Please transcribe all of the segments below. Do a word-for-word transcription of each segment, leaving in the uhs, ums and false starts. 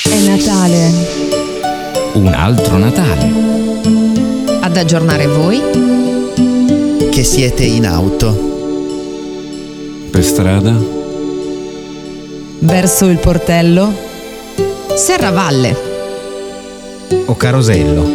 È Natale. Un altro Natale. Ad aggiornare voi che siete in auto, per strada, Verso il portello. Serravalle o Carosello.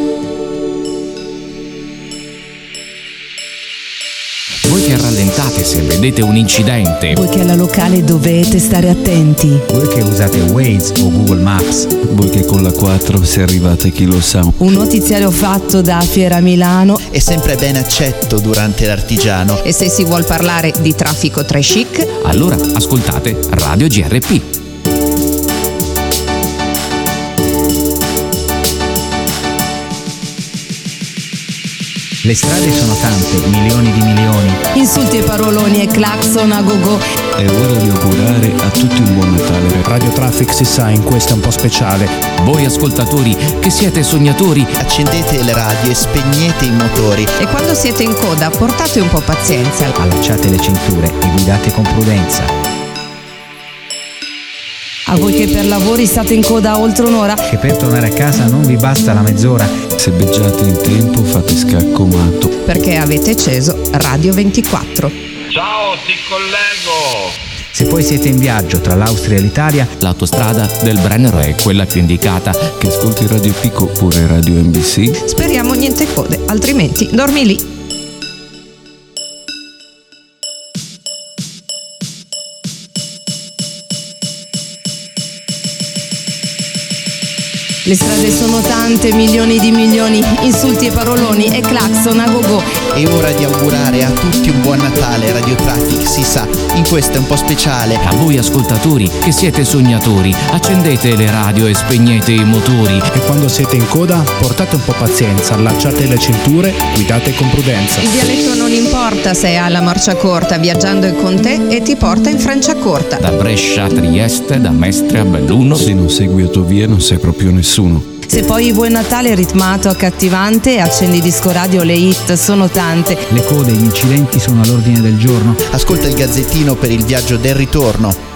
Voi che rallentate se vedete un incidente. Voi che alla locale dovete stare attenti. Voi che usate Waze o Google Maps. voi che con la quattro se arrivate chi lo sa. Un notiziario fatto da Fiera Milano. è sempre ben accetto durante l'artigiano. e se si vuol parlare di traffico tre chic, Allora ascoltate Radio G R P. Le strade sono tante, milioni di milioni. Insulti e paroloni e clacson a go-go. È ora di augurare a tutti un buon Natale. Radio Traffic si sa, in questo è un po' speciale. Voi ascoltatori che siete sognatori, Accendete le radio e spegnete i motori. e quando siete in coda portate un po' pazienza. Allacciate le cinture e guidate con prudenza. A voi che per lavori state in coda oltre un'ora. Che per tornare a casa non vi basta la mezz'ora. Se beggiate in tempo fate scaccomato. Perché avete acceso Radio ventiquattro. Ciao, ti collego! Se poi siete in viaggio tra l'Austria e l'Italia, l'autostrada del Brennero è quella più indicata. Che ascolti Radio Pico oppure Radio N B C. Speriamo niente code, altrimenti dormi lì. Le strade sono tante, milioni di milioni. Insulti e paroloni e clacson a go-go. È ora di augurare a tutti un buon Natale. Radio Traffic si sa, in questo è un po' speciale. A voi ascoltatori che siete sognatori, accendete le radio e spegnete i motori. E quando siete in coda, portate un po' pazienza, allacciate le cinture, guidate con prudenza. Il dialetto non importa se ha la marcia corta, viaggiando è con te e ti porta in Franciacorta. Da Brescia a Trieste, da Mestre a Belluno. Se non segui autovie non sei proprio nessuno. Se poi vuoi Natale ritmato, accattivante, accendi disco radio, le hit sono tante. le code e gli incidenti sono all'ordine del giorno. Ascolta il Gazzettino per il viaggio del ritorno.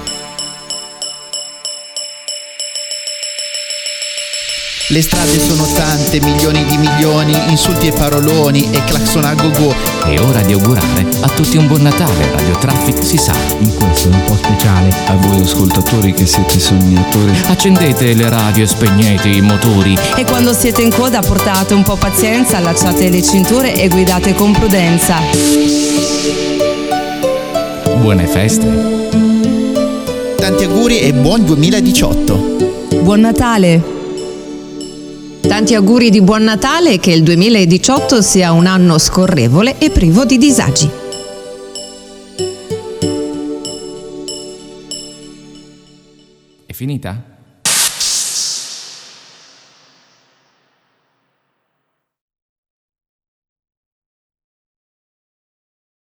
Le strade sono tante, milioni di milioni, insulti e paroloni e clacson a go-go. È ora di augurare a tutti un buon Natale. Radio Traffic si sa. In questo è un po' speciale. A voi ascoltatori che siete sognatori. Accendete le radio e spegnete i motori. E quando siete in coda portate un po' pazienza, allacciate le cinture e guidate con prudenza. Buone feste. Tanti auguri e buon duemiladiciotto. Buon Natale! Tanti auguri di buon Natale e che il duemiladiciotto sia un anno scorrevole e privo di disagi. È finita?